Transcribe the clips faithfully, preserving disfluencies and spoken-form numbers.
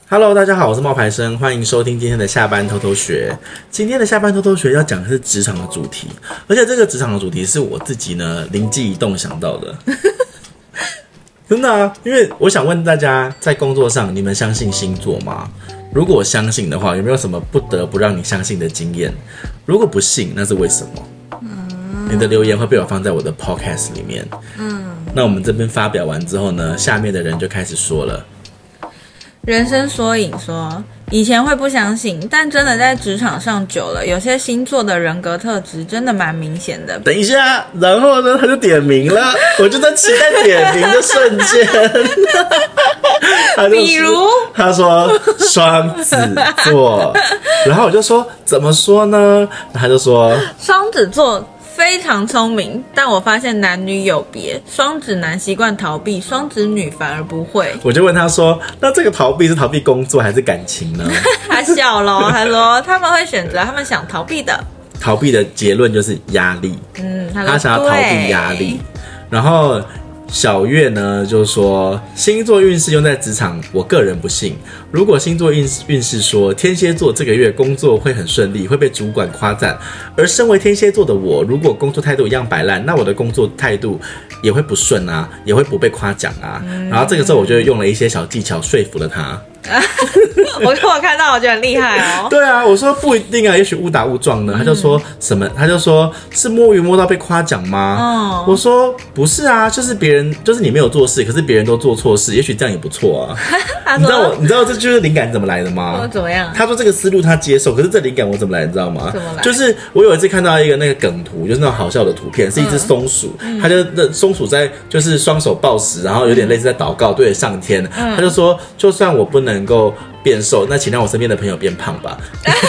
Hello， 大家好，我是冒牌生，欢迎收听今天的下班偷偷学。今天的下班偷偷学要讲的是职场的主题，而且这个职场的主题是我自己呢灵机一动想到的。真的啊，因为我想问大家，在工作上你们相信星座吗？如果相信的话，有没有什么不得不让你相信的经验？如果不信，那是为什么？嗯，你的留言会被我放在我的 podcast 里面。嗯，那我们这边发表完之后呢，下面的人就开始说了。 人生缩影说，以前会不相信，但真的在职场上久了，有些星座的人格特质真的蛮明显的。 等一下，然后呢，他就点名了，我就在期待点名的瞬间。他就比如他说双子座，然后我就说怎么说呢？他就说双子座非常聪明，但我发现男女有别，双子男习惯逃避，双子女反而不会。 我就问他说，那这个逃避是逃避工作还是感情呢？ 他笑了，他说他们会选择他们想逃避的。 逃避的结论就是压力。嗯，他, 他想要逃避压力。然后小月呢就说，星座运势用在职场，我个人不信。如果星座运运势说天蝎座这个月工作会很顺利，会被主管夸赞，而身为天蝎座的我，如果工作态度一样摆烂，那我的工作态度也会不顺啊，也会不被夸奖啊。嗯、然后这个时候我就用了一些小技巧说服了他。 我我看到我觉得很厉害哦。 对啊，我说不一定啊，也许误打误撞呢。他就说什么？他就说是摸鱼摸到被夸奖吗？哦，我说不是啊，就是别人就是你没有做事，可是别人都做错事，也许这样也不错啊。你知道我你知道这就是灵感怎么来的吗？ 我怎么样？ 他说这个思路他接受，可是这灵感我怎么来？你知道吗？ 怎么来？ 就是我有一次看到一个那个梗图，就是那种好笑的图片，是一只松鼠，嗯、他就那松鼠在就是双手抱实，然后有点类似在祷告，对着上天。嗯、他就说，就算我不能能够变瘦，那请让我身边的朋友变胖吧。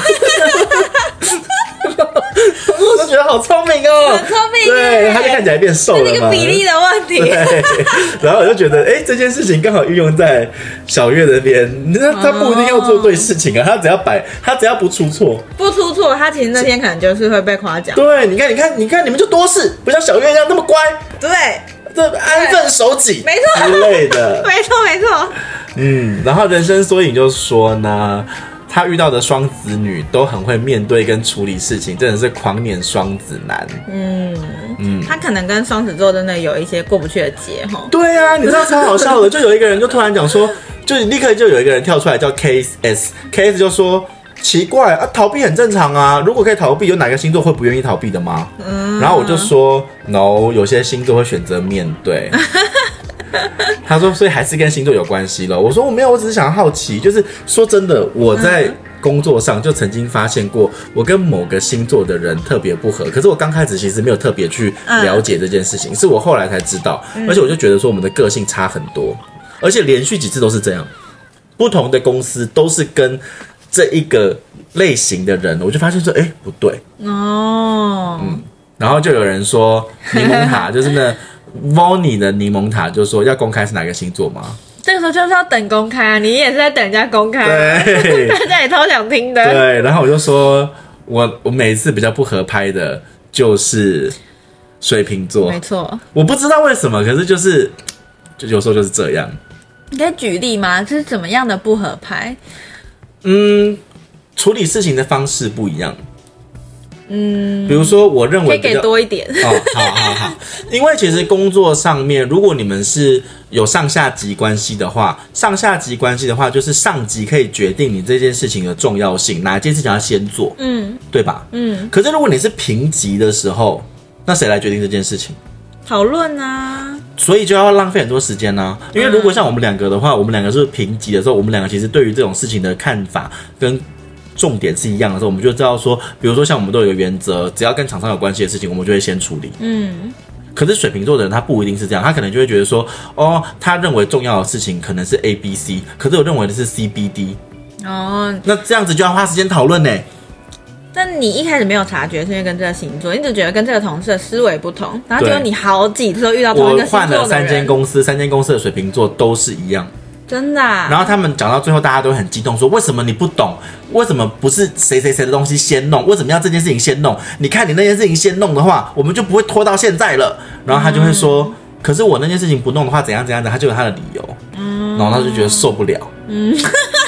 我就觉得好聪明哦， 很聪明。 对，他就看起来变瘦了嘛， 那个比例的问题。 对，然后我就觉得，哎、欸，这件事情刚好运用在小月那边。那他不一定要做对事情啊，他只要摆，他只要不出错， 不出错，他其实那天可能就是会被夸奖。 对，你看，你看，你看，你们就多事，不像小月一样那么乖。 对。 这安分守己， 没错之类的， 没错没错。 嗯，然后人生缩影就说呢，他遇到的双子女都很会面对跟处理事情，真的是狂撵双子男。嗯嗯，他可能跟双子座真的有一些过不去的结哈。 对啊，你知道超好笑的，就有一个人就突然讲说，就立刻就有一个人跳出来叫 K S，K S 就说。奇怪啊，逃避很正常啊。如果可以逃避，有哪个星座会不愿意逃避的吗？嗯，然后我就说 ，no， 有些星座会选择面对。他说，所以还是跟星座有关系了。我说我没有，我只是想好奇，就是说真的，我在工作上就曾经发现过，我跟某个星座的人特别不合。可是我刚开始其实没有特别去了解这件事情，嗯、是我后来才知道。而且我就觉得说，我们的个性差很多，而且连续几次都是这样，不同的公司都是跟。这一个类型的人，我就发现说，哎，不对哦，嗯，然后就有人说柠檬塔就是那 Vonnie 的柠檬塔，就说要公开是哪个星座吗？ 这个时候就是要等公开啊，你也是在等人家公开、啊， 对， 大家也超想听的。 对，然后我就说我我每一次比较不合拍的就是水瓶座， 没错， 我不知道为什么，可是就是就有时候就是这样。 你可以举例吗？这是怎么样的不合拍？ 嗯，处理事情的方式不一样。嗯，比如说，我认为可以给多一点。 哦，好好好，因为其实工作上面，如果你们是有上下级关系的话，上下级关系的话，就是上级可以决定你这件事情的重要性，哪件事情要先做，嗯，对吧？嗯。可是如果你是平级的时候，那谁来决定这件事情？ 讨论啊。 所以就要浪费很多时间呢、啊，因为如果像我们两个的话，我们两个是平级的时候，我们两个其实对于这种事情的看法跟重点是一样的时候，我们就知道说，比如说像我们都有一个原则，只要跟厂商有关系的事情，我们就会先处理。嗯。可是水瓶座的人他不一定是这样，他可能就会觉得说，哦，他认为重要的事情可能是 A、B、C， 可是我认为的是 C、B、D。哦。那这样子就要花时间讨论呢。 但你一开始没有察觉，是因为跟这个星座，你只觉得跟这个同事的思维不同，然后结果你好几次都遇到同一个星座的人。 我换了三间公司，三间公司的水瓶座都是一样。 真的、啊？ 然后他们讲到最后，大家都很激动，说为什么你不懂？为什么不是谁谁谁的东西先弄？为什么要这件事情先弄？你看你那件事情先弄的话，我们就不会拖到现在了。然后他就会说，嗯、可是我那件事情不弄的话，怎样怎样的，他就有他的理由。嗯，然后他就觉得受不了。嗯。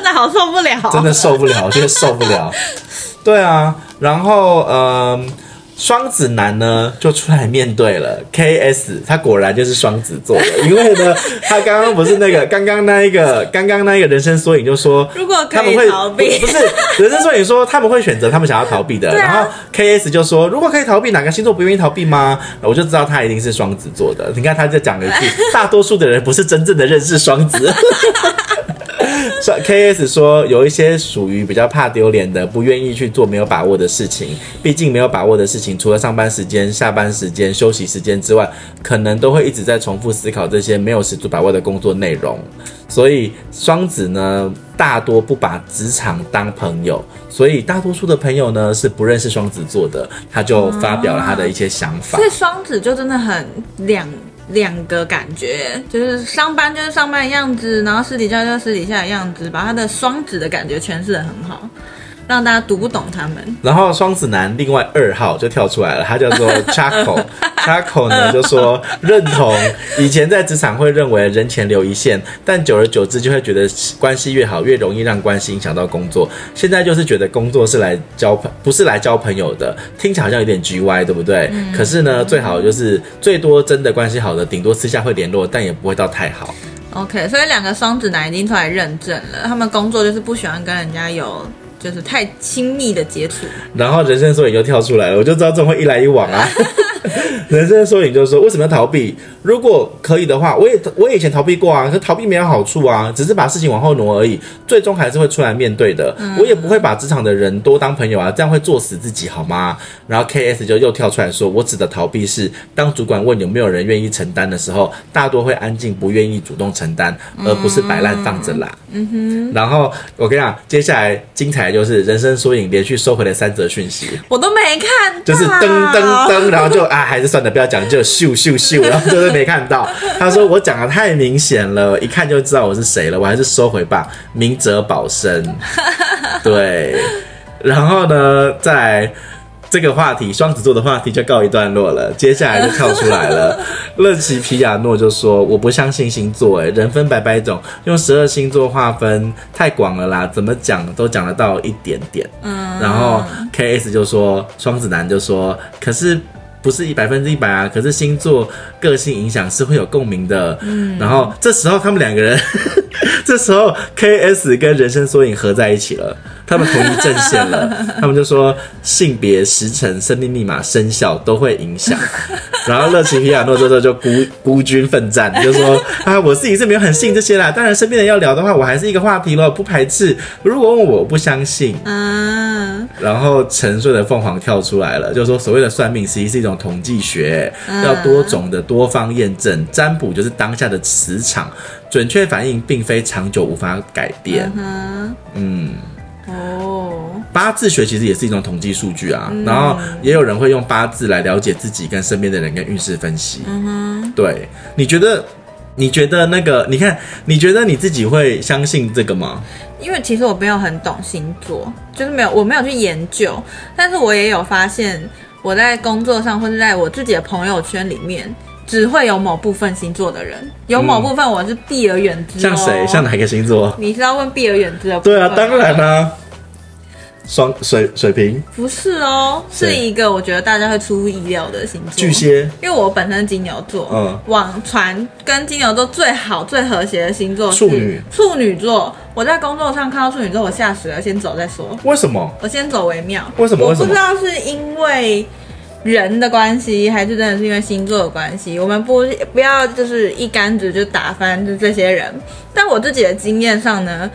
的好受不了， 真的受不了，我觉得受不了。对啊，然后呃，双子男呢就出来面对了 K S， 他果然就是双子座的，因为呢，他刚刚不是那个刚刚那一个刚刚那一个人生缩影就说， 如果可他们会以逃避， 不是人生缩影说他们会选择他们想要逃避的， 啊、 然后 K S 就说如果可以逃避，哪个星座不愿意逃避吗？我就知道他一定是双子座的。你看他就讲了一句，大多数的人不是真正的认识双子。K S 说有一些属于比较怕丢脸的，不愿意去做没有把握的事情，毕竟没有把握的事情除了上班时间、下班时间、休息时间之外，可能都会一直在重复思考这些没有十足把握的工作内容。所以双子呢大多不把职场当朋友，所以大多数的朋友呢是不认识双子座的。他就发表了他的一些想法， 所以双子就真的很两两个感觉，就是上班就是上班的样子，然后私底下就是私底下的样子，把他的双子的感觉诠释得很好，让大家读不懂他们。 然后双子男另外二号就跳出来了，他叫做 Chaco。 Chaco 呢就说认同以前在职场会认为人前留一线，但久而久之就会觉得关系越好越容易让关系影响到工作，现在就是觉得工作是来交不是来交朋友的，听起来好像有点 G Y 对不对、嗯、可是呢最好就是最多真的关系好的顶多私下会联络，但也不会到太好。 OK， 所以两个双子男已经出来认证了，他们工作就是不喜欢跟人家有就是太亲密的接触。 然后人生缩影就跳出来了，我就知道这种会一来一往啊。人生缩影就是说为什么要逃避，如果可以的话，我也我也以前逃避过啊，可是逃避没有好处啊，只是把事情往后挪而已，最终还是会出来面对的、嗯、我也不会把职场的人都当朋友啊，这样会作死自己好吗？然后 K S 就又跳出来说，我指的逃避是当主管问有没有人愿意承担的时候，大多会安静不愿意主动承担，而不是摆烂放着啦。嗯哼。然后我跟你讲，接下来精彩的就是人生缩影连续收回了三则讯息， 我都没看到， 就是噔噔噔，然后就啊还是算了不要讲，就咻咻咻，然后就是没看到。他说我讲的太明显了，一看就知道我是谁了，我还是收回吧，明哲保身。对，然后呢再来这个话题，双子座的话题就告一段落了，接下来就跳出来了。乐奇皮亚诺就说我不相信星座，诶人分百百种，用十二星座划分太广了啦，怎么讲都讲得到一点点。嗯，然后 K S 就说双子男就说可是不是百分之一百啊，可是星座个性影响是会有共鸣的。嗯，然后这时候他们两个人这时候 K S 跟人生缩影合在一起了，他们同一阵线了。他们就说性别、时辰、生命密码、生肖都会影响。然后乐奇皮亚诺这时候就孤孤军奋战，就说啊，我自己是没有很信这些啦，当然身边人要聊的话，我还是一个话题咯，不排斥。如果问我，我不相信。嗯。然后沉睡的凤凰跳出来了，就说所谓的算命实际是一种统计学，要多种的多方验证，占卜就是当下的磁场，准确反应并非长久无法改变。嗯。嗯哦，八字学其实也是一种统计数据啊、嗯、然后也有人会用八字来了解自己跟身边的人跟运势分析。嗯哼，对，你觉得你觉得那个你看你觉得你自己会相信这个吗？ 因为其实我没有很懂星座，就是没有我没有去研究，但是我也有发现我在工作上或是在我自己的朋友圈里面只会有某部分星座的人，有某部分我是避而远之、哦嗯、像谁？像哪个星座？ 你是要问避而远之的部分？ 对啊，当然啦、啊。双水水瓶不是哦，是一个我觉得大家会出乎意料的星座， 巨蟹。因为我本身是金牛座，嗯，网传跟金牛座最好最和谐的星座是处女处女座。我在工作上看到处女座，我吓死了，先走再说。 为什么？ 我先走为妙。 为什么？ 我不知道是因为人的关系，还是真的是因为星座的关系。我们不不要就是一竿子就打翻就这些人。但我自己的经验上呢，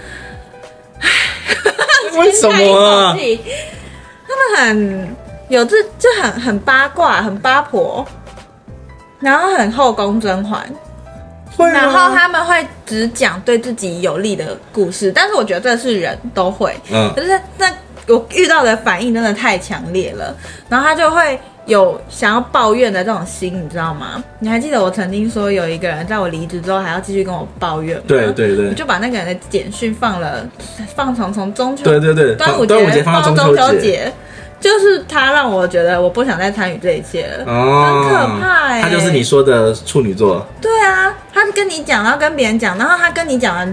为什么啊？ 他们很有这就很很八卦，很八婆，然后很后宫甄嬛，然后他们会只讲对自己有利的故事，但是我觉得这是人都会，嗯，可是那我遇到的反应真的太强烈了，然后他就会有想要抱怨的这种心，你知道吗？你还记得我曾经说有一个人在我离职之后还要继续跟我抱怨吗？ 对对对， 我就把那个人的简讯放了，放从从中秋， 对对对， 端午节, 端午节放到中秋节，就是他让我觉得我不想再参与这一切了，哦、很可怕哎、欸。 他就是你说的处女座。 对啊，他跟你讲，然后跟别人讲，然后他跟你讲完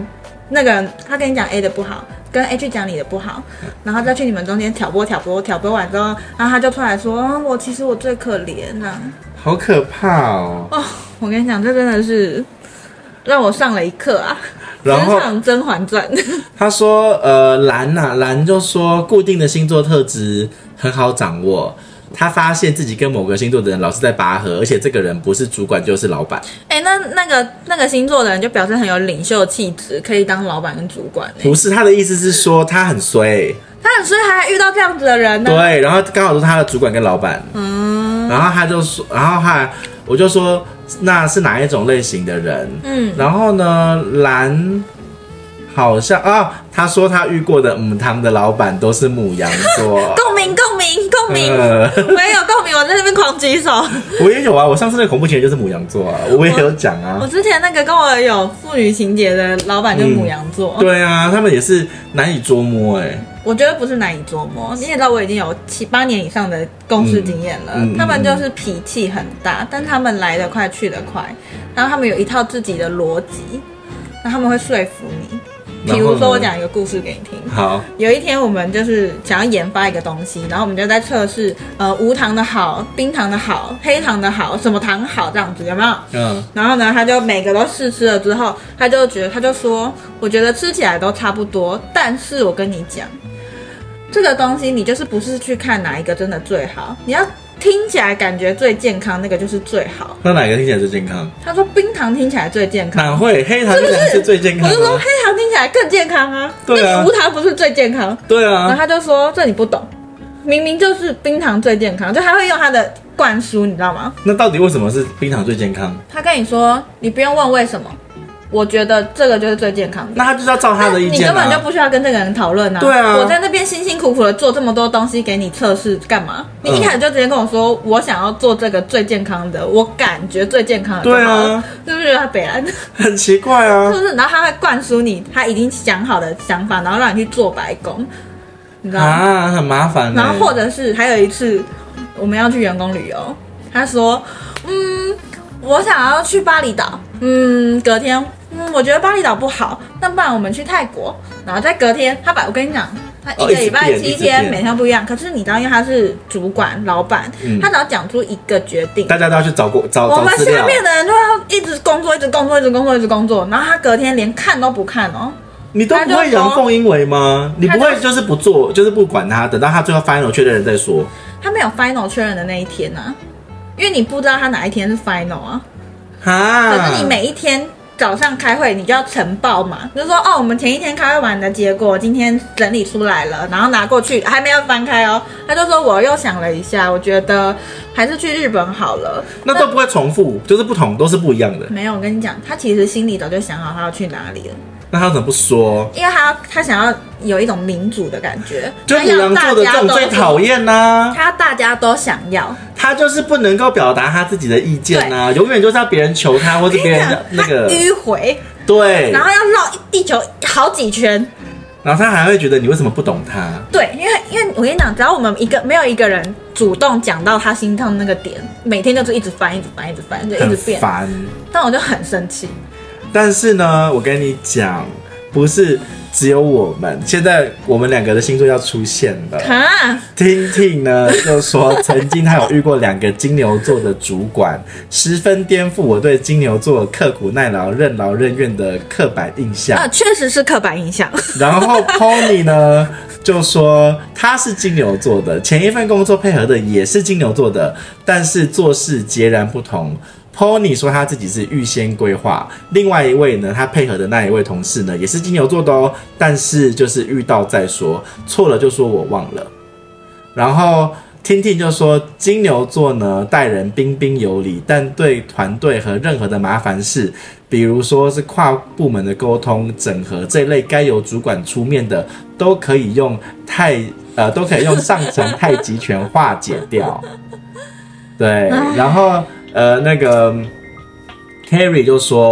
那个人他跟你讲 A 的不好，跟 A 去讲你的不好，然后再去你们中间挑拨挑拨挑拨完之后，然后他就出来说，哦、我其实我最可怜啊， 好可怕哦！ 哦，我跟你讲，这真的是让我上了一课啊。职场甄嬛传， 他说，呃，蓝呐、啊，蓝就说固定的星座特质很好掌握。他发现自己跟某个星座的人老是在拔河，而且这个人不是主管就是老板。 哎、欸，那那个那个星座的人就表示很有领袖气质，可以当老板跟主管、欸。 不是，他的意思是说他很衰， 他很衰还遇到这样子的人呢、 啊。对，然后刚好是他的主管跟老板。嗯，然后他就说，然后他我就说那是哪一种类型的人？嗯，然后呢，蓝。好像啊，他说他遇过的母汤的老板都是牡羊座， 共鸣共鸣共鸣，呃、我也有共鸣，我在那边狂举手。 我也有啊，我上次那个恐怖情人就是牡羊座啊，我也有讲啊。 我, 我之前那个跟我有父女情节的老板就是牡羊座、 嗯，对啊，他们也是难以捉摸哎、欸。 我觉得不是难以捉摸，你也知道我已经有七八年以上的公司经验了、嗯嗯，他们就是脾气很大，但他们来得快去得快，然后他们有一套自己的逻辑，然后他们会说服你。比如说，我讲一个故事给你听。 好， 有一天我们就是想要研发一个东西，然后我们就在测试，呃，无糖的好，冰糖的好，黑糖的好，什么糖好这样子，有没有？嗯。然后呢，他就每个都试吃了之后，他就觉得，他就说，我觉得吃起来都差不多，但是我跟你讲，这个东西你就是不是去看哪一个真的最好，你要。听起来感觉最健康，那个就是最好。 那哪个听起来最健康？ 他说冰糖听起来最健康。 哪会？黑糖听起来是最健康的。 我就说黑糖听起来更健康啊。 对啊。 那你无糖不是最健康？ 对啊。 然后他就说这你不懂，明明就是冰糖最健康，就他会用他的灌输，你知道吗？ 那到底为什么是冰糖最健康？ 他跟你说，你不用问为什么。我觉得这个就是最健康的。 那他就是要照他的意见、啊、 你根本就不需要跟这个人讨论啊。 对啊。 我在那边辛辛苦苦的做这么多东西给你测试干嘛？你一开始就直接跟我说，嗯、我想要做这个最健康的，我感觉最健康的就好了。对啊。是不是他北兰？ 很奇怪啊。 是不是？然后他会灌输你他已经想好的想法，然后让你去做白工，你知道吗？ 啊，很麻烦、欸。 然后或者是还有一次我们要去员工旅游，他说，嗯，我想要去巴厘岛，嗯，隔天。嗯，我觉得巴厘岛不好，那不然我们去泰国。然后再隔天，他把我跟你讲，他一个礼拜七天，每天不一样。可是你知道，因为他是主管、老板，嗯、他只要讲出一个决定， 大家都要去找过找我们下面的人就要一直工作，一直工作，一直工作，一直工作。然后他隔天连看都不看哦。 你都不会阳奉阴违吗？你不会就是不做，就是不管他，等到他最后 final 确认再说。 他没有 final 确认的那一天啊，因为你不知道他哪一天是 final 啊。 哈， 可是你每一天。早上开会你就要呈报嘛，就是说哦，我们前一天开会完的结果今天整理出来了，然后拿过去，还没有翻开哦。他就说我又想了一下，我觉得还是去日本好了。 那都不会重复，就是不同，都是不一样的。 没有，我跟你讲，他其实心里早就想好他要去哪里了。 那他怎么不说？ 因为他他想要有一种民主的感觉， 就牡羊座的这种最讨厌呐。 他大家都想要， 他就是不能够表达他自己的意见呐、啊，永远就是要别人求他，或者别人那个迂回， 对， 然后要绕地球好几圈。 然后他还会觉得你为什么不懂他？ 对，因为因为我跟你讲，只要我们一个没有一个人主动讲到他心上那个点，每天就是一直翻，一直翻，一直翻，就一直变烦。 但我就很生气。 但是呢，我跟你讲，不是只有我们，现在我们两个的星座要出现了。啊，听听呢就说，曾经他有遇过两个金牛座的主管，十分颠覆我对金牛座刻苦耐劳、任劳任怨的刻板印象。 啊，确实是刻板印象。 然后 Pony 呢就说他是金牛座的，前一份工作配合的也是金牛座的，但是做事截然不同。Pony 说他自己是预先规划，另外一位呢，他配合的那一位同事呢，也是金牛座的哦，但是就是遇到再说，错了就说我忘了。然后听听就说金牛座呢，待人彬彬有礼，但对团队和任何的麻烦事，比如说是跨部门的沟通、整合这一类该由主管出面的，都可以用太呃，都可以用上层太极拳化解掉。对，然后。呃，那个 Carrie 就说，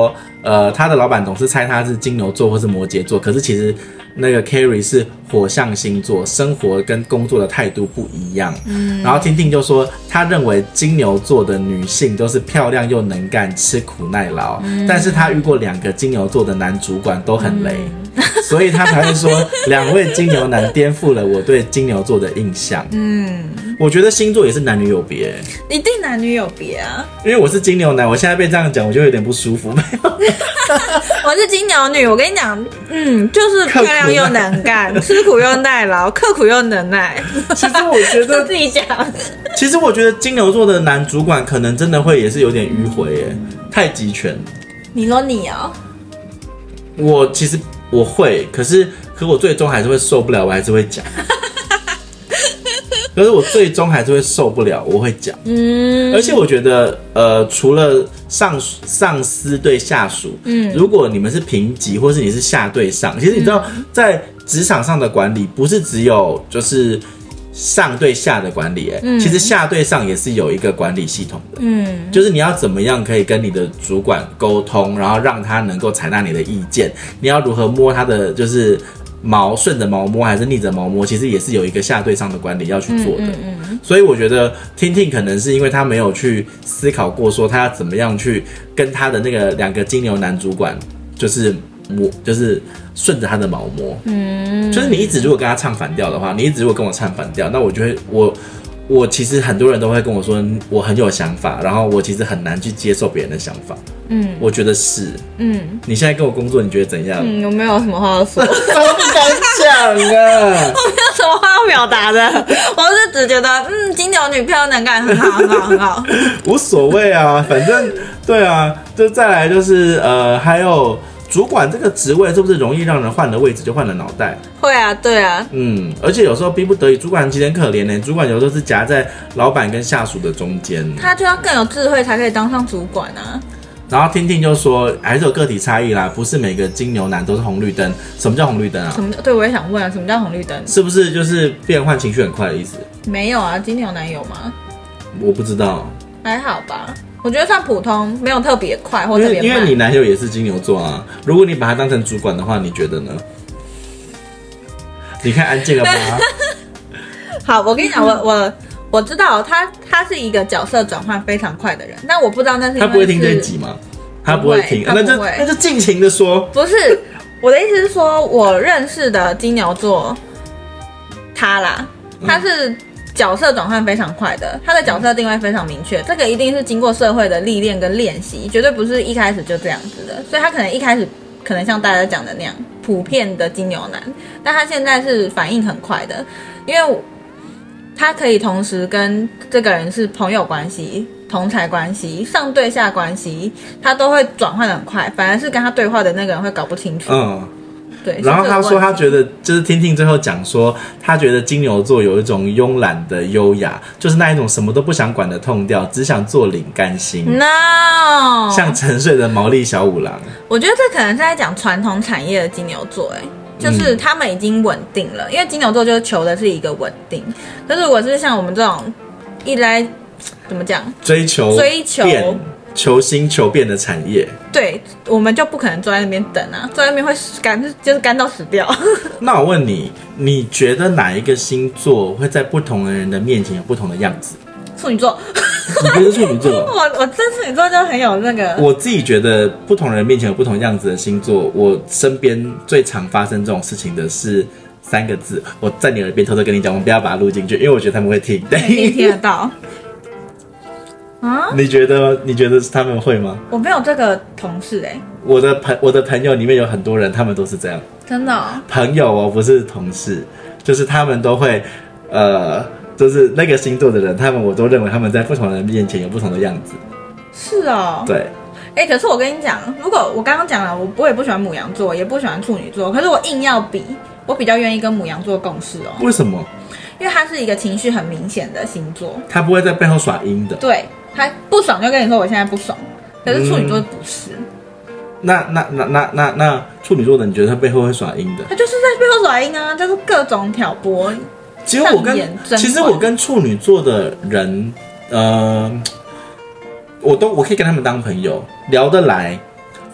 呃，他的老板总是猜他是金牛座或是摩羯座，可是其实那个 Carrie 是火象星座，生活跟工作的态度不一样。嗯，然后听听就说，他认为金牛座的女性都是漂亮又能干，吃苦耐劳，嗯、但是他遇过两个金牛座的男主管都很雷。嗯所以他才会说，两位金牛男颠覆了我对金牛座的印象。嗯，我觉得星座也是男女有别， 一定男女有别啊。 因为我是金牛男，我现在被这样讲，我就有点不舒服。没有， 我是金牛女，我跟你讲，嗯，就是漂亮又能干，吃苦又耐劳，刻苦又能耐。 其实我觉得自己讲， 其实我觉得金牛座的男主管可能真的会也是有点迂回耶，太极权。 你说你哦， 我其实。我会，可是可我最终还是会受不了，我还是会讲。可是我最终还是会受不了，我会讲。嗯，而且我觉得，呃，除了上上司对下属，嗯，如果你们是平级，或是你是下对上，其实你知道，嗯、在职场上的管理，不是只有就是上对下的管理，哎、嗯，其实下对上也是有一个管理系统的，嗯，就是你要怎么样可以跟你的主管沟通，然后让他能够采纳你的意见，你要如何摸他的就是毛，顺着毛摸还是逆着毛摸，其实也是有一个下对上的管理要去做的，嗯嗯嗯，所以我觉得听听可能是因为他没有去思考过说他要怎么样去跟他的那个两个金牛男主管就是摸，就是顺着他的毛摸，嗯，就是你一直如果跟他唱反调的话，你一直如果跟我唱反调，那我就会我我其实很多人都会跟我说我很有想法，然后我其实很难去接受别人的想法，嗯，我觉得是，嗯，你现在跟我工作，你觉得怎样？ 嗯，我没有什么话要说， 我不敢讲啊，我没有什么话要表达的，我是只觉得，嗯，金牛女漂亮能干很好，很好，很好， 无所谓啊，反正对啊，就再来就是呃，还有。主管这个职位是不是容易让人换了位置就换了脑袋？ 会啊，对啊， 嗯，而且有时候逼不得已，主管其实很可怜呢。主管有时候是夹在老板跟下属的中间， 他就要更有智慧才可以当上主管啊。 然后听听就说，还是有个体差异啦，不是每个金牛男都是红绿灯。什么叫红绿灯啊？ 什么？对，我也想问啊，什么叫红绿灯？ 是不是就是变换情绪很快的意思？ 没有啊，金牛男有吗？ 我不知道， 还好吧。我觉得算普通，没有特别快或特别慢。 因为你男友也是金牛座啊，如果你把他当成主管的话，你觉得呢？你看安静了吗？ 好，我跟你讲，我我我知道他他是一个角色转换非常快的人，但我不知道那是因为他不会听这一集吗？他不会听， 他不会那就那就尽情的说。 不是，我的意思是说，我认识的金牛座，他啦，他是。嗯角色转换非常快的，他的角色定位非常明确，这个一定是经过社会的历练跟练习，绝对不是一开始就这样子的。所以他可能一开始可能像大家讲的那样，普遍的金牛男，但他现在是反应很快的，因为他可以同时跟这个人是朋友关系、同侪关系、上对下关系，他都会转换得很快，反而是跟他对话的那个人会搞不清楚。嗯。对， 然后他说他觉得就是听听最后讲说，他觉得金牛座有一种慵懒的优雅，就是那一种什么都不想管的痛调，只想坐领甘心。 No， 像沉睡的毛利小五郎。 我觉得这可能是在讲传统产业的金牛座，哎，就是他们已经稳定了，嗯、因为金牛座就是求的是一个稳定。可是如果是像我们这种一来怎么讲， 追求追求。 求新求变的产业， 对，我们就不可能坐在那边等啊，坐在那边会干，就是干到死掉。 那我问你，你觉得哪一个星座会在不同的人的面前有不同的样子？ 处女座。 你觉得处女座？ 我我真处女座就很有那个。 我自己觉得不同人面前有不同样子的星座，我身边最常发生这种事情的是三个字，我在你耳边偷偷跟你讲，我们不要把它录进去，因为我觉得他们会听，对， 听听得到。 啊、你觉得你觉得他们会吗？ 我没有这个同事哎、欸。 我的朋我的朋友里面有很多人，他们都是这样。 真的、哦？ 朋友哦，不是同事，就是他们都会，呃，就是那个星座的人，他们我都认为他们在不同人面前有不同的样子。 是哦。 对。 哎、欸，可是我跟你讲，如果我刚刚讲了，我我也不喜欢牡羊座，也不喜欢处女座，可是我硬要比，我比较愿意跟牡羊座共事哦。 为什么？ 因为他是一个情绪很明显的星座， 他不会在背后耍阴的。 对。他不爽就跟你说我现在不爽，可是处女座不是。嗯、 那那那那那那处女座的，你觉得他背后会耍阴的？ 他就是在背后耍阴啊，就是各种挑拨。 其实我跟其实我跟处女座的人，呃，我都我可以跟他们当朋友，聊得来。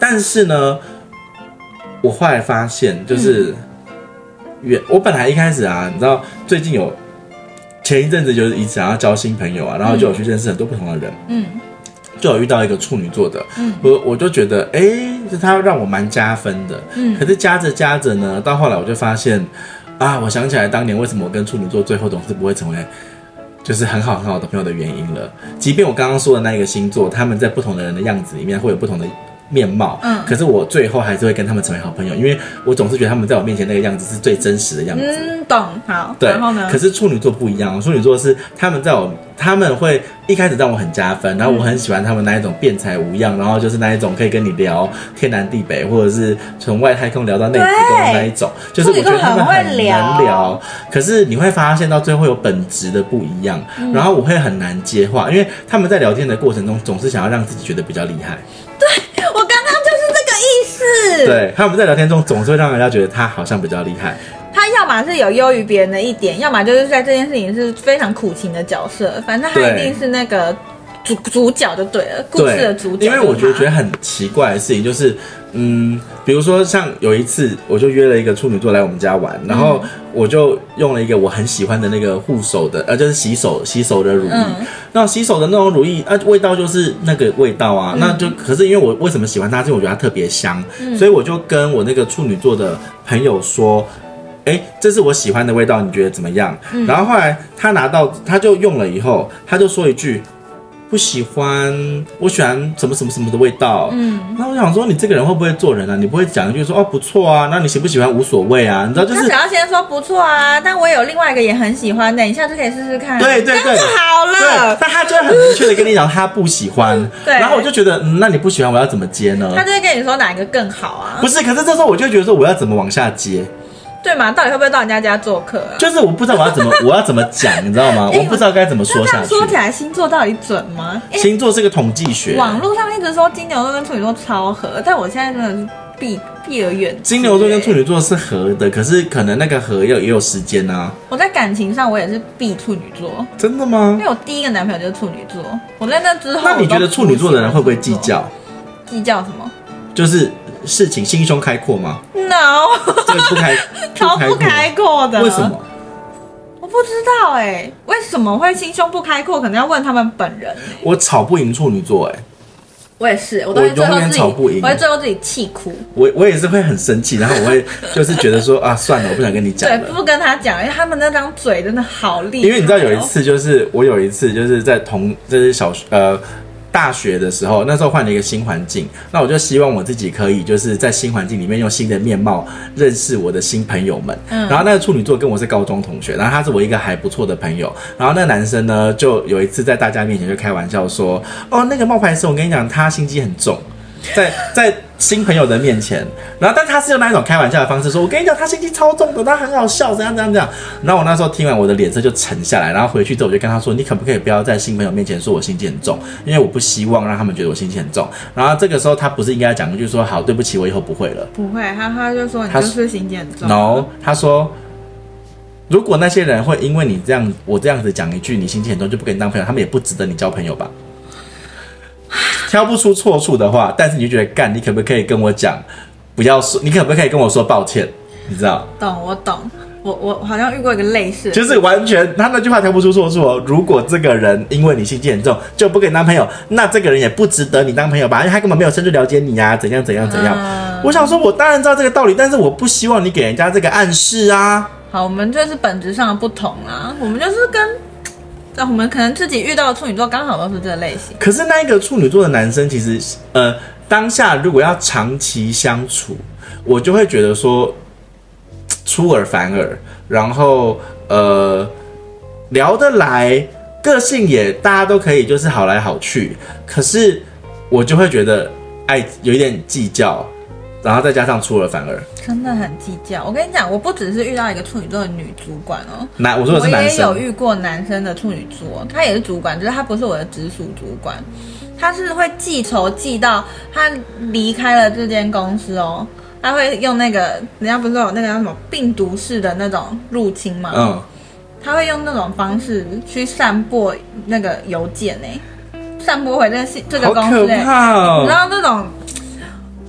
但是呢，我后来发现，就是原、嗯、我本来一开始啊，你知道，最近有前一阵子就是一直想要交新朋友啊，然后就有去认识很多不同的人，嗯，就有遇到一个处女座的，嗯，我我就觉得，哎、欸，他让我蛮加分的，嗯，可是加着加着呢，到后来我就发现，啊，我想起来当年为什么我跟处女座最后总是不会成为。就是很好很好的朋友的原因了。即便我刚刚说的那一个星座，他们在不同的人的样子里面会有不同的面貌，嗯，可是我最后还是会跟他们成为好朋友，因为我总是觉得他们在我面前那个样子是最真实的样子。 嗯，懂。好， 对。 然后呢？ 可是处女座不一样，处女座是他们在我，他们会一开始让我很加分，然后我很喜欢他们那一种辩才无恙，然后就是那一种可以跟你聊天南地北，或者是从外太空聊到内子宫的那一种，就是我觉得他们很能聊。可是你会发现到最后有本质的不一样，嗯、然后我会很难接话，因为他们在聊天的过程中总是想要让自己觉得比较厉害。 对，我刚刚就是这个意思。 对，他们在聊天中总是会让人家觉得他好像比较厉害。 他要么是有优于别人的一点，要么就是在这件事情是非常苦情的角色，反正他一定是那个主主角就对了，故事的主角。 因为我觉得觉得很奇怪的事情就是，嗯，比如说像有一次，我就约了一个处女座来我们家玩，然后我就用了一个我很喜欢的那个护手的，呃，就是洗手洗手的乳液。嗯、那洗手的那种乳液，啊，味道就是那个味道啊。嗯、那就可是因为我为什么喜欢它，是因为我觉得它特别香，嗯、所以我就跟我那个处女座的朋友说。哎，这是我喜欢的味道，你觉得怎么样？嗯、然后后来他拿到，他就用了以后，他就说一句不喜欢，我喜欢什么什么什么的味道。嗯，那我想说，你这个人会不会做人啊？你不会讲一句说哦不错啊，那你喜不喜欢无所谓啊？你知道就是他想要先说不错啊，但我有另外一个也很喜欢的，你下次可以试试看。 对对对， 这样就好了。 对，但他就会很明确的跟你讲他不喜欢。对，然后我就觉得，嗯，那你不喜欢我要怎么接呢？ 他就会跟你说哪一个更好啊？ 不是，可是这时候我就觉得说我要怎么往下接？ 对嘛？到底会不会到人家家做客啊？ 就是我不知道我要怎么，我要怎么讲，你知道吗？欸、我不知道该怎么说下去。这样说起来，星座到底准吗？ 欸、星座是个统计学。 网络上一直说金牛座跟处女座超合，但我现在真的是避避而远之。 金牛座跟处女座是合的，可是可能那个合也有时间啊。 我在感情上我也是避处女座。 真的吗？ 因为我第一个男朋友就是处女座，我在那之后。 那你觉得处女座的人会不会计较？ 计较什么？ 就是事情心胸开阔吗 ？No， 这个不开， 超不开阔的。 为什么？ 我不知道哎、欸，为什么会心胸不开阔？可能要问他们本人、欸。 我吵不赢处女座哎、欸， 我也是，我都会最后自己， 吵不赢， 我会最后自己气哭。 我我也是会很生气，然后我会就是觉得说啊，算了，我不想跟你讲了。 对，不跟他讲，因为他们那张嘴真的好厉害、哦。 因为你知道有一次，就是我有一次就是在同就是小呃。大学的时候，那时候换了一个新环境，那我就希望我自己可以就是在新环境里面用新的面貌认识我的新朋友们。嗯，然后那个处女座跟我是高中同学，然后他是我一个还不错的朋友。然后那个男生呢，就有一次在大家面前就开玩笑说：“哦，那个冒牌生，我跟你讲，他心机很重。”在在新朋友的面前，然后但他是用那一种开玩笑的方式说：“我跟你讲，他心机超重的，他很好笑，怎样怎样怎样。”然后我那时候听完，我的脸色就沉下来。然后回去之后，我就跟他说：“你可不可以不要在新朋友面前说我心机很重？因为我不希望让他们觉得我心机很重。”然后这个时候，他不是应该讲一句说：“好，对不起，我以后不会了。” 不会，他他就说你就是心机很重。 No， 他说。如果那些人会因为你这样，我这样子讲一句你心机很重就不跟你当朋友，他们也不值得你交朋友吧。挑不出错处的话，但是你就觉得干，你可不可以跟我讲，不要说，你可不可以跟我说抱歉？你知道？ 懂，我懂，我我好像遇过一个类似的， 就是完全他那句话挑不出错处哦。如果这个人因为你心机很重就不跟你当朋友，那这个人也不值得你当朋友吧？因为他根本没有深入了解你啊，怎样怎样怎样。嗯、我想说，我当然知道这个道理，但是我不希望你给人家这个暗示啊。 好，我们就是本质上的不同啦，我们就是跟。我们可能自己遇到的处女座刚好都是这个类型。 可是那一个处女座的男生，其实呃，当下如果要长期相处，我就会觉得说出尔反尔，然后呃聊得来，个性也大家都可以就是好来好去。可是我就会觉得爱有一点计较，然后再加上出尔反尔。 真的很计较。我跟你讲，我不只是遇到一个处女座的女主管哦， 男我说的是男生， 我也有遇过男生的处女座，他也是主管，就是他不是我的直属主管，他是会记仇记到他离开了这间公司哦，他会用那个人家不是有那个叫什么病毒式的那种入侵吗？嗯，他会用那种方式去散播那个邮件哎，散播回这个这个公司哎， 好可怕哦！ 你知道这种。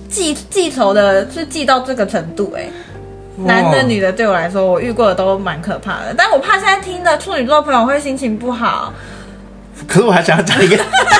记记仇的是记到这个程度哎、欸。男的女的对我来说，我遇过的都蛮可怕的，但我怕现在听的处女座朋友会心情不好。 可是我还想要讲一个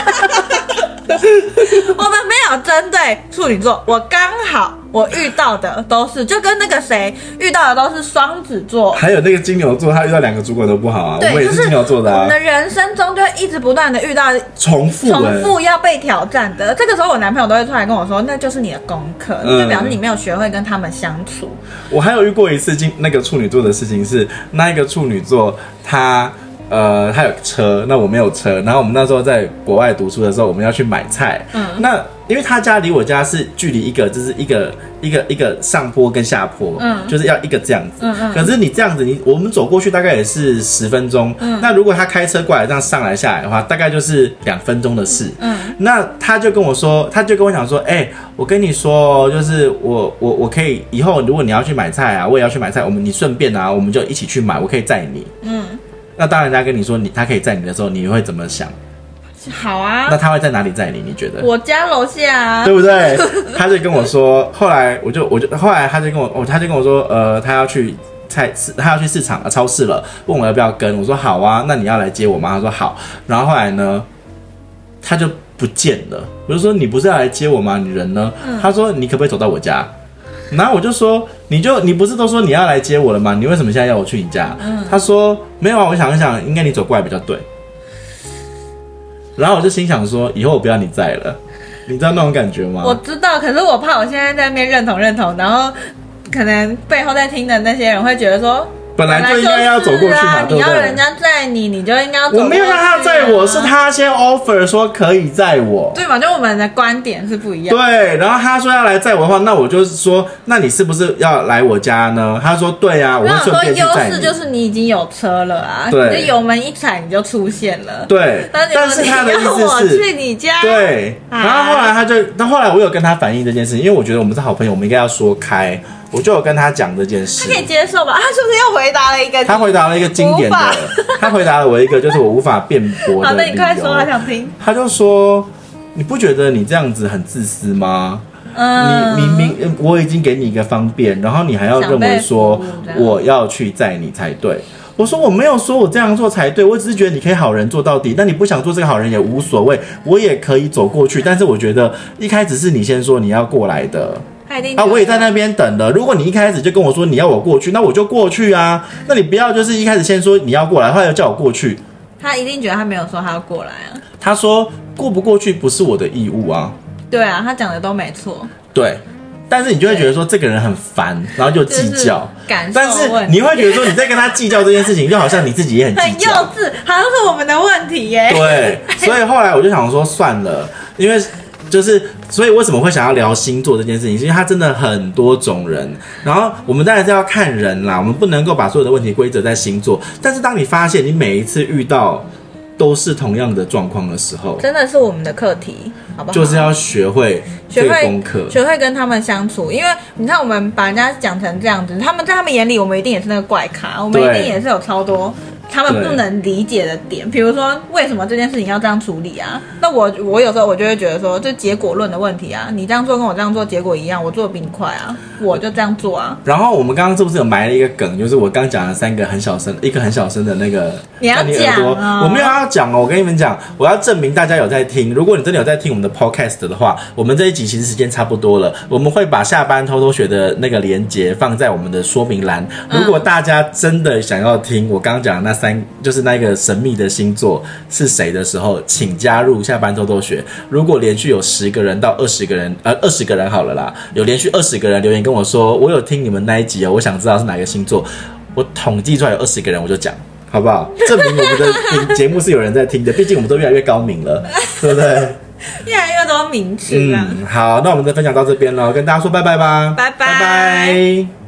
我们没有针对处女座，我刚好我遇到的都是就跟那个谁遇到的都是双子座， 还有那个金牛座，他遇到两个主管都不好啊。 对， 我也是金牛座的啊。 我们的人生中就会一直不断的遇到重复、欸、 重复要被挑战的，这个时候我男朋友都会出来跟我说，那就是你的功课，那、嗯、就表示你没有学会跟他们相处。 我还有遇过一次金那个处女座的事情是，那一个处女座他。呃，他有车，那我没有车。然后我们那时候在国外读书的时候，我们要去买菜。嗯，那因为他家离我家是距离一个，就是一个一个一个上坡跟下坡，嗯，就是要一个这样子。嗯嗯。可是你这样子，你我们走过去大概也是十分钟。嗯。那如果他开车过来这样上来下来的话，大概就是两分钟的事。嗯。那他就跟我说，他就跟我讲说，哎、欸，我跟你说，就是我我我可以以后如果你要去买菜啊，我也要去买菜，我们你顺便啊，我们就一起去买，我可以载你。嗯。那当然，人家跟你说你他可以载你的时候，你会怎么想？ 好啊。 那他会在哪里载你？你觉得？ 我家楼下啊， 对不对？他就跟我说，后来我就我就后来他就跟我哦，他就跟我说，呃，他要去菜市，他要去市场啊超市了，问我要不要跟，我说好啊，那你要来接我吗？他说好。然后后来呢，他就不见了。我就说你不是要来接我吗？你人呢？嗯、他说你可不可以走到我家？然后我就说，你就你不是都说你要来接我了吗？你为什么现在要我去你家？嗯、他说没有啊，我想一想，应该你走过来比较对。然后我就心想说，以后我不要你在了，你知道那种感觉吗？ 我知道，可是我怕我现在在那边认同认同，然后可能背后在听的那些人会觉得说。 本来就应该要走过去嘛， 啊、 对不对？ 你要人家载你，你就应该要走过去、啊。 我没有让他载我，是他先 offer 说可以载我。 对嘛？就我们的观点是不一样的。 对，然后他说要来载我的话，那我就是说，那你是不是要来我家呢？他说对啊，我会顺便去载你。 优势就是你已经有车了啊， 对， 你就油门一踩你就出现了。 对，但是他的意思是我去你家。 对，然后后来他就，那后来我有跟他反映这件事，因为我觉得我们是好朋友，我们应该要说开。我就有跟他讲这件事， 他可以接受吧？他是不是又回答了一个？ 他回答了一个经典的，他回答了我一个就是我无法辩驳的理由。 好，那你快说，他想听。 他就说：“你不觉得你这样子很自私吗？嗯，你明明我已经给你一个方便，然后你还要认为说我要去载你才对。”我说我没有说我这样做才对，我只是觉得你可以好人做到底，但你不想做这个好人也无所谓，我也可以走过去。但是我觉得一开始是你先说你要过来的。啊，我也在那边等了。如果你一开始就跟我说你要我过去，那我就过去啊。那你不要就是一开始先说你要过来，后来又叫我过去。 他一定觉得他没有说他要过来啊。 他说过不过去不是我的义务啊。 对啊，他讲的都没错。 对，但是你就会觉得说这个人很烦，然后就计较。 感受但是你会觉得说你在跟他计较这件事情，就好像你自己也很计较。 很幼稚，好像是我们的问题耶。 对，所以后来我就想说算了，因为。就是，所以为什么会想要聊星座这件事情？是因为它真的很多种人，然后我们当然是要看人啦，我们不能够把所有的问题归责在星座。但是当你发现你每一次遇到都是同样的状况的时候， 真的是我们的课题，好不好？ 就是要学会这个功课， 学会跟他们相处。因为你看，我们把人家讲成这样子，他们在他们眼里，我们一定也是那个怪咖，我们一定也是有超多。他们不能理解的点，比如说为什么这件事情要这样处理啊？那我我有时候我就会觉得说，这结果论的问题啊，你这样做跟我这样做结果一样，我做的比你快啊，我就这样做啊。 然后我们刚刚是不是有埋了一个梗，就是我刚讲了三个很小声，一个很小声的那个， 你要讲哦， 我没有要讲哦，我跟你们讲，我要证明大家有在听。如果你真的有在听我们的 podcast 的话，我们这一集其实时间差不多了，我们会把下班偷偷学的那个连结放在我们的说明栏。如果大家真的想要听我刚刚讲的那三，就是那个神秘的星座是谁的时候，请加入下班偷偷学。如果连续有十个人到二十个人，呃，二十个人好了啦，有连续二十个人留言跟我说，我有听你们那一集哦，我想知道是哪个星座，我统计出来有二十个人，我就讲，好不好？证明我们的节目是有人在听的，毕竟我们都越来越高明了，对不对？ 越来越多名词啊。 嗯，好，那我们的分享到这边了，跟大家说拜拜吧， 拜拜。 拜拜。